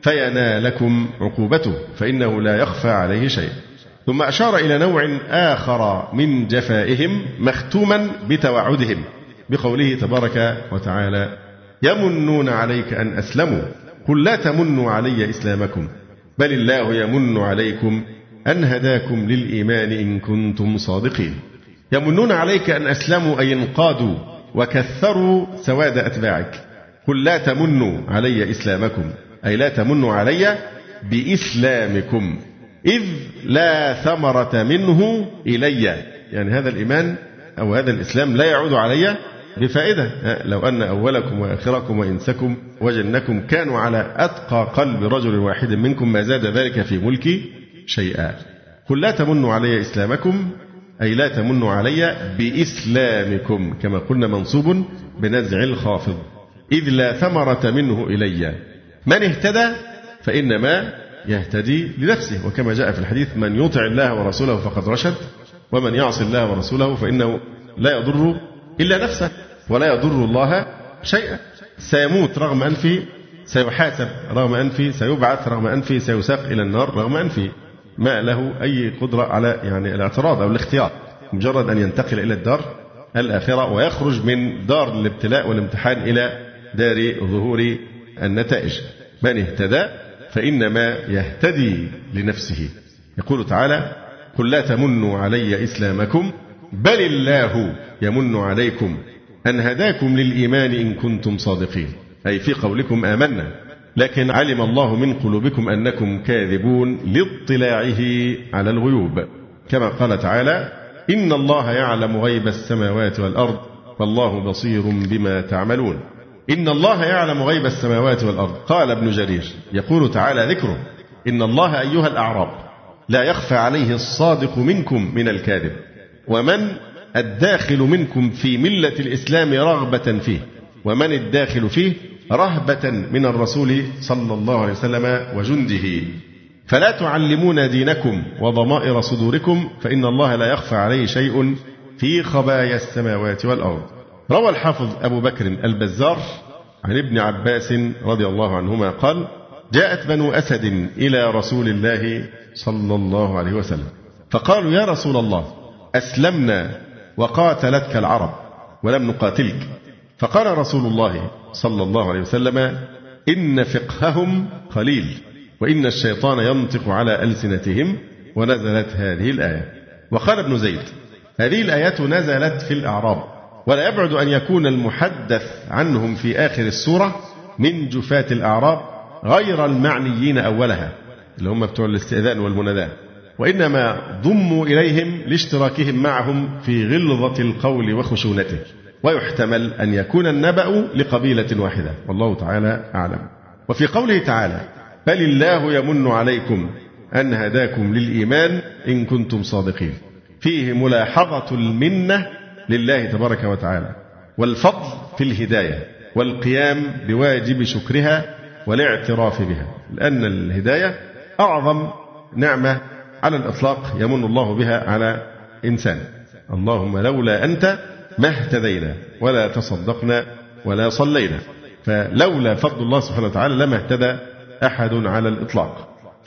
فينالكم عقوبته فإنه لا يخفى عليه شيء. ثم أشار إلى نوع آخر من جفائهم مختوما بتوعدهم بقوله تبارك وتعالى يمنون عليك أن أسلموا قل لا تمنوا علي إسلامكم بل الله يمن عليكم أن هداكم للإيمان إن كنتم صادقين. يمنون عليك أن أسلموا أي انقادوا وكثروا سواد أتباعك. قل لا تمنوا علي إسلامكم أي لا تمنوا علي بإسلامكم إذ لا ثمرة منه إلي يعني هذا الإيمان أو هذا الإسلام لا يعود علي بفائدة. لو أن أولكم وآخركم وإنسكم وجنكم كانوا على أتقى قلب رجل واحد منكم ما زاد ذلك في ملكي شيئا. قل لا تمنوا علي إسلامكم أي لا تمنوا علي بإسلامكم كما قلنا منصوب بنزع الخافض إذ لا ثمرة منه إلي. من اهتدى فإنما يهتدي لنفسه وكما جاء في الحديث من يطع الله ورسوله فقد رشد ومن يعص الله ورسوله فإنه لا يضر إلا نفسه ولا يضر الله شيئا. سيموت رغم أنفه سيحاسب رغم أنفه سيبعث رغم أنفه سيساق إلى النار رغم أنفه ما له أي قدرة على يعني الاعتراض أو الاختيار مجرد أن ينتقل إلى الدار الآخرة ويخرج من دار الابتلاء والامتحان إلى دار ظهور النتائج. من اهتدى فإنما يهتدي لنفسه. يقول تعالى قل لا تمنوا علي إسلامكم بل الله يمن عليكم أن هداكم للإيمان إن كنتم صادقين أي في قولكم آمنا لكن علم الله من قلوبكم أنكم كاذبون لاطلاعه على الغيوب كما قال تعالى إن الله يعلم غيب السماوات والأرض والله بصير بما تعملون. إن الله يعلم غيب السماوات والأرض. قال ابن جرير يقول تعالى ذكره إن الله أيها الأعراب لا يخفى عليه الصادق منكم من الكاذب ومن الداخل منكم في ملة الإسلام رغبة فيه، ومن الداخل فيه رهبة من الرسول صلى الله عليه وسلم وجنده. فلا تعلمون دينكم وضمائر صدوركم، فإن الله لا يخفى عليه شيء في خبايا السماوات والأرض. روى الحافظ أبو بكر البزار عن ابن عباس رضي الله عنهما قال: جاءت بنو أسد إلى رسول الله صلى الله عليه وسلم فقالوا: يا رسول الله، أسلمنا وقاتلتك العرب ولم نقاتلك. فقال رسول الله صلى الله عليه وسلم: إن فقههم قليل، وإن الشيطان ينطق على ألسنتهم. ونزلت هذه الآية. وقال ابن زيد: هذه الآيات نزلت في الأعراب، ولا يبعد أن يكون المحدث عنهم في آخر السورة من جفاة الأعراب غير المعنيين أولها، اللي هم بتوع الاستئذان والمناداة، وإنما ضموا إليهم لاشتراكهم معهم في غلظة القول وخشونته. ويحتمل أن يكون النبأ لقبيلة واحدة، والله تعالى أعلم. وفي قوله تعالى: بل الله يمن عليكم أن هداكم للإيمان إن كنتم صادقين، فيه ملاحظة المنة لله تبارك وتعالى، والفضل في الهداية، والقيام بواجب شكرها والاعتراف بها، لأن الهداية أعظم نعمة على الإطلاق يمن الله بها على إنسان. اللهم لولا أنت ما اهتدينا ولا تصدقنا ولا صلينا. فلولا فضل الله سبحانه وتعالى لما اهتدى أحد على الإطلاق.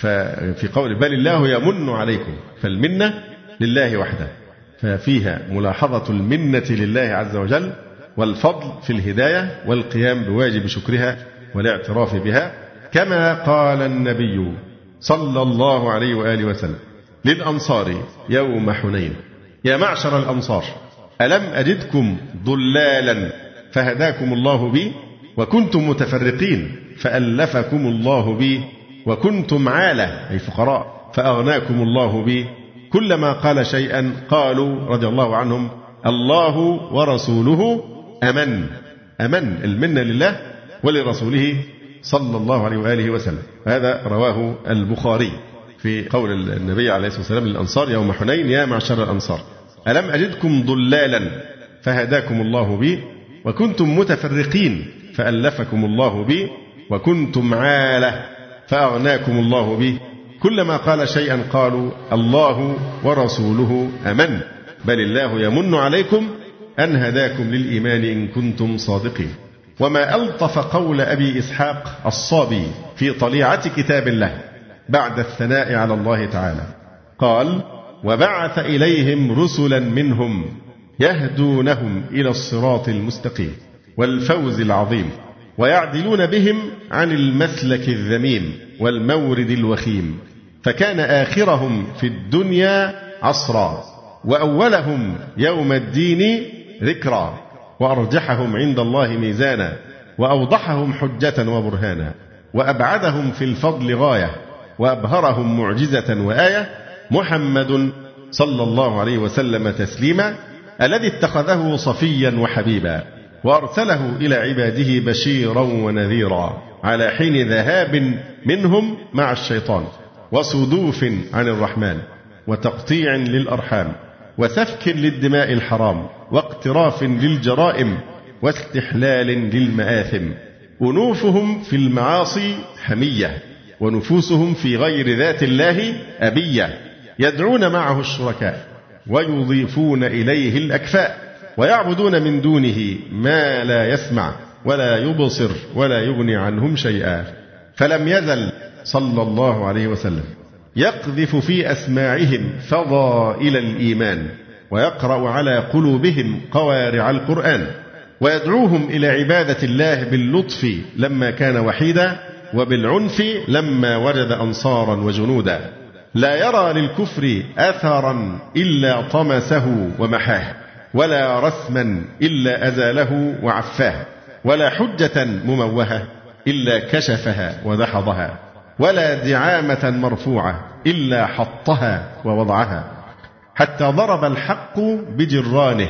ففي قول بل الله يمن عليكم، فالمنة لله وحده، ففيها ملاحظة المنة لله عز وجل، والفضل في الهداية، والقيام بواجب شكرها والاعتراف بها، كما قال النبي صلى الله عليه وآله وسلم للأنصار يوم حنين: يا معشر الأنصار، ألم أجدكم ضلالا فهداكم الله بي، وكنتم متفرقين فألفكم الله بي، وكنتم عالة أي فقراء فأغناكم الله بي. كلما قال شيئا قالوا رضي الله عنهم: الله ورسوله أمن. أمن المنة لله ولرسوله صلى الله عليه وآله وسلم. هذا رواه البخاري في قول النبي عليه الصلاة والسلام للأنصار يوم حنين: يا معشر الأنصار، ألم أجدكم ضلالا فهداكم الله بي، وكنتم متفرقين فألفكم الله بي، وكنتم عالة فأغناكم الله بي. كلما قال شيئا قالوا: الله ورسوله أمن. بل الله يمن عليكم أن هداكم للإيمان إن كنتم صادقين. وما ألطف قول أبي إسحاق الصابي في طليعة كتاب الله بعد الثناء على الله تعالى، قال: وبعث إليهم رسلا منهم يهدونهم إلى الصراط المستقيم والفوز العظيم، ويعدلون بهم عن المسلك الذميم والمورد الوخيم، فكان آخرهم في الدنيا عصرا، وأولهم يوم الدين ذكرا، وأرجحهم عند الله ميزانا، وأوضحهم حجة وبرهانا، وأبعدهم في الفضل غاية، وأبهرهم معجزة وآية، محمد صلى الله عليه وسلم تسليما، الذي اتخذه صفيا وحبيبا، وأرسله إلى عباده بشيرا ونذيرا، على حين ذهاب منهم مع الشيطان، وصدوف عن الرحمن، وتقطيع للأرحام، وسفك للدماء الحرام، واقتراف للجرائم، واستحلال للمآثم. أنوفهم في المعاصي حمية، ونفوسهم في غير ذات الله أبية، يدعون معه الشركاء، ويضيفون إليه الأكفاء، ويعبدون من دونه ما لا يسمع ولا يبصر ولا يغني عنهم شيئا. فلم يزل صلى الله عليه وسلم يقذف في أسماعهم فضائل الإيمان، ويقرأ على قلوبهم قوارع القرآن، ويدعوهم إلى عبادة الله باللطف لما كان وحيدا، وبالعنف لما وجد أنصارا وجنودا. لا يرى للكفر أثرا إلا طمسه ومحاه، ولا رسما إلا أزاله وعفاه، ولا حجة مموهة إلا كشفها ودحضها، ولا دعامة مرفوعة إلا حطها ووضعها، حتى ضرب الحق بجرانه،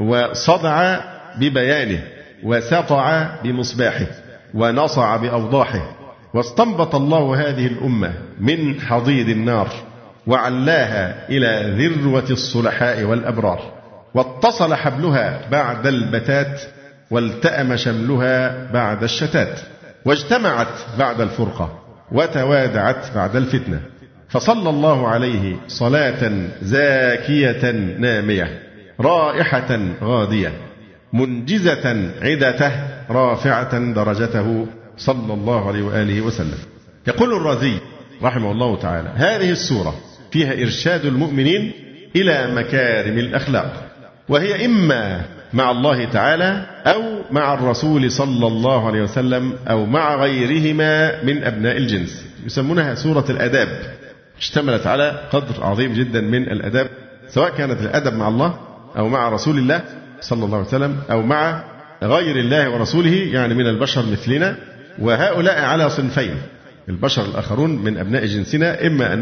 وصدع ببيانه، وسطع بمصباحه، ونصع بأوضاحه، واستنبط الله هذه الأمة من حضيض النار، وعلاها إلى ذروة الصلحاء والأبرار، واتصل حبلها بعد البتات، والتأم شملها بعد الشتات، واجتمعت بعد الفرقة، وتوادعت بعد الفتنة. فصلى الله عليه صلاة زاكية نامية، رائحة غادية، منجزة عدته، رافعة درجته، صلى الله عليه وآله وسلم. يقول الرازي رحمه الله تعالى: هذه السورة فيها إرشاد المؤمنين إلى مكارم الأخلاق، وهي إما مع الله تعالى أو مع الرسول صلى الله عليه وسلم أو مع غيرهما من أبناء الجنس. يسمونها سورة الأداب، اشتملت على قدر عظيم جدا من الأداب، سواء كانت الأدب مع الله أو مع رسول الله صلى الله عليه وسلم أو مع غير الله ورسوله، يعني من البشر مثلنا. وهؤلاء على صنفين: البشر الآخرون من أبناء جنسنا،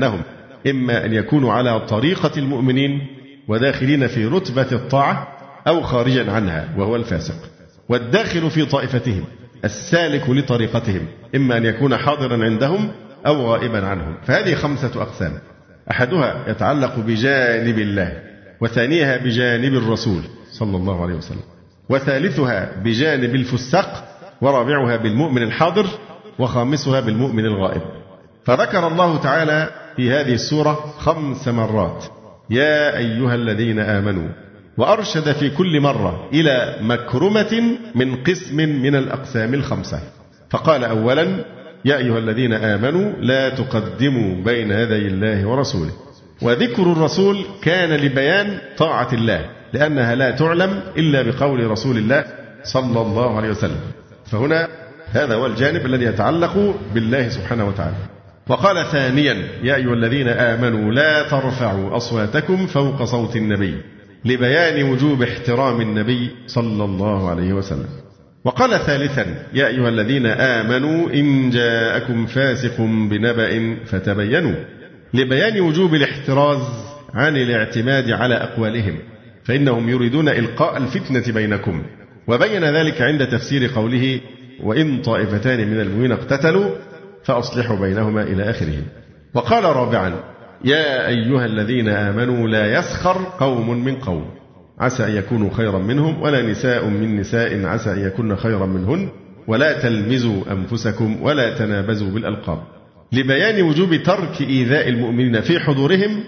إما أن يكونوا على طريقة المؤمنين وداخلين في رتبة الطاعة، أو خارجا عنها وهو الفاسق. والداخل في طائفتهم السالك لطريقتهم إما أن يكون حاضرا عندهم أو غائبا عنهم. فهذه 5 أقسام: أحدها يتعلق بجانب الله، وثانيها بجانب الرسول صلى الله عليه وسلم، وثالثها بجانب الفساق، ورابعها بالمؤمن الحاضر، وخامسها بالمؤمن الغائب. فذكر الله تعالى في هذه السورة 5 مرات يا أيها الذين آمنوا، وأرشد في كل مرة إلى مكرمة من قسم من الأقسام ال5. فقال أولا: يا أيها الذين آمنوا لا تقدموا بين يدي الله ورسوله. وذكر الرسول كان لبيان طاعة الله، لأنها لا تعلم إلا بقول رسول الله صلى الله عليه وسلم. فهنا هذا هو الجانب الذي يتعلق بالله سبحانه وتعالى. وقال ثانيا: يا أيها الذين آمنوا لا ترفعوا أصواتكم فوق صوت النبي، لبيان وجوب احترام النبي صلى الله عليه وسلم. وقال ثالثا: يا أيها الذين آمنوا إن جاءكم فاسق بنبأ فتبينوا، لبيان وجوب الاحتراز عن الاعتماد على أقوالهم، فإنهم يريدون إلقاء الفتنة بينكم. وبين ذلك عند تفسير قوله: وإن طائفتان من المؤمنين اقتتلوا فأصلحوا بينهما إلى آخره. وقال رابعا: يا أيها الذين آمنوا لا يسخر قوم من قوم عسى أن يكونوا خيرا منهم، ولا نساء من نساء عسى أن يكون خيرا منهن، ولا تلمزوا أنفسكم ولا تنابزوا بالألقاب، لبيان وجوب ترك إيذاء المؤمنين في حضورهم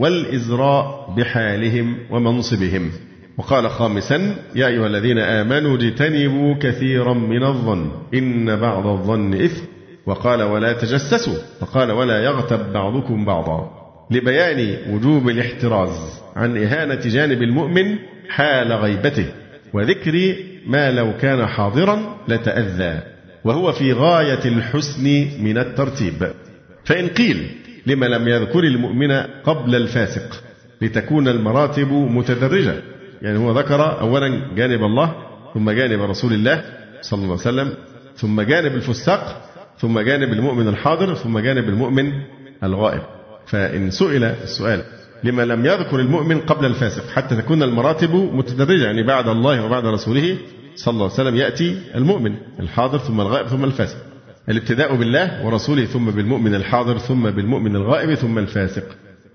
والإزراء بحالهم ومنصبهم. وقال خامسا: يا أيها الذين آمنوا اجتنبوا كثيرا من الظن إن بعض الظن إثم. وقال: ولا تجسسوا. وقال: ولا يغتب بعضكم بعضا، لبيان وجوب الاحتراز عن إهانة جانب المؤمن حال غيبته، وذكر ما لو كان حاضرا لتأذى، وهو في غاية الحسن من الترتيب. فإن قيل: لما لم يذكر المؤمن قبل الفاسق؟ لتكون المراتب متدرجة، يعني هو ذكر أولا جانب الله، ثم جانب رسول الله صلى الله عليه وسلم، ثم جانب الفساق، ثم جانب المؤمن الحاضر، ثم جانب المؤمن الغائب. فإن سئل السؤال لما لم يذكر المؤمن قبل الفاسق حتى تكون المراتب متدرجة، يعني بعد الله وبعد رسوله صلى الله عليه وسلم يأتي المؤمن الحاضر ثم الغائب ثم الفاسق. الابتداء بالله ورسوله ثم بالمؤمن الحاضر ثم بالمؤمن الغائب ثم الفاسق.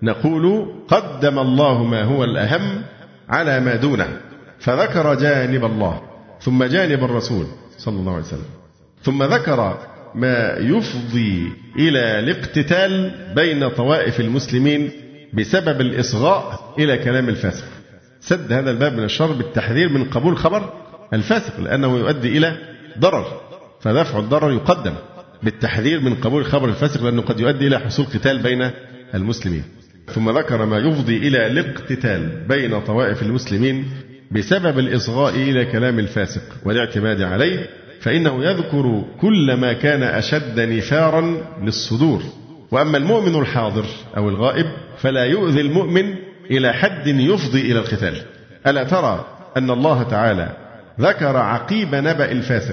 نقول: قدم الله ما هو الأهم على ما دونه، فذكر جانب الله ثم جانب الرسول صلى الله عليه وسلم، ثم ذكر ما يفضي إلى الاقتتال بين طوائف المسلمين بسبب الإصغاء إلى كلام الفاسق. سد هذا الباب من الشر بالتحذير من قبول خبر الفاسق، لأنه يؤدي إلى ضرر، فدفع الضرر يقدم بالتحذير من قبول خبر الفاسق، لأنه قد يؤدي إلى حصول قتال بين المسلمين. ثم ذكر ما يفضي إلى الاقتتال بين طوائف المسلمين بسبب الإصغاء إلى كلام الفاسق والاعتماد عليه، فإنه يذكر كل ما كان أشد نفارا للصدور. وأما المؤمن الحاضر أو الغائب فلا يؤذي المؤمن إلى حد يفضي إلى القتال. ألا ترى أن الله تعالى ذكر عقيب نبأ الفاسق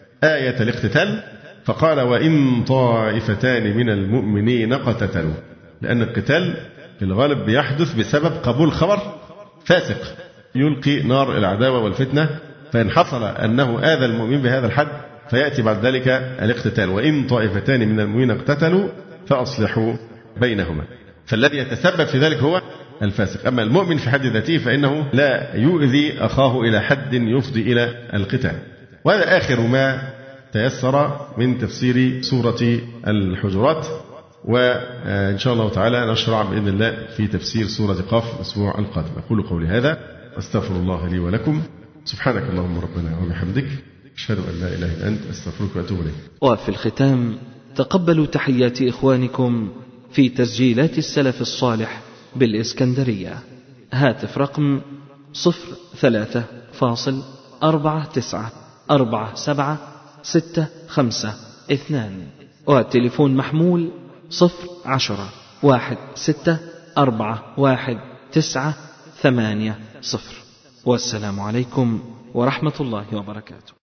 آية الاقتتال فقال: وإن طائفتان من المؤمنين اقتتلوا، لأن القتال في الغالب بيحدث بسبب قبول خبر فاسق يلقي نار العداوة والفتنة، فإن حصل أنه آذى المؤمن بهذا الحد فيأتي بعد ذلك الاقتتال: وإن طائفتان من المؤمنين اقتتلوا فأصلحوا بينهما. فالذي يتسبب في ذلك هو الفاسق. أما المؤمن في حد ذاته فإنه لا يؤذي أخاه إلى حد يفضي إلى القتال. وهذا آخر ما تيسر من تفسير سورة الحجرات، وإن شاء الله تعالى نشرع بإذن الله في تفسير سورة قاف الأسبوع القادم. أقول قولي هذا، أستغفر الله لي ولكم، سبحانك اللهم ربنا وبحمدك، أشهد أن لا إله إلا أنت، أستغفرك وأتوب إليك.
وفي الختام تقبلوا تحيات إخوانكم في تسجيلات السلف الصالح بالإسكندرية. هاتف رقم 03-394765، والتليفون محمول 010-16411980. والسلام عليكم ورحمة الله وبركاته.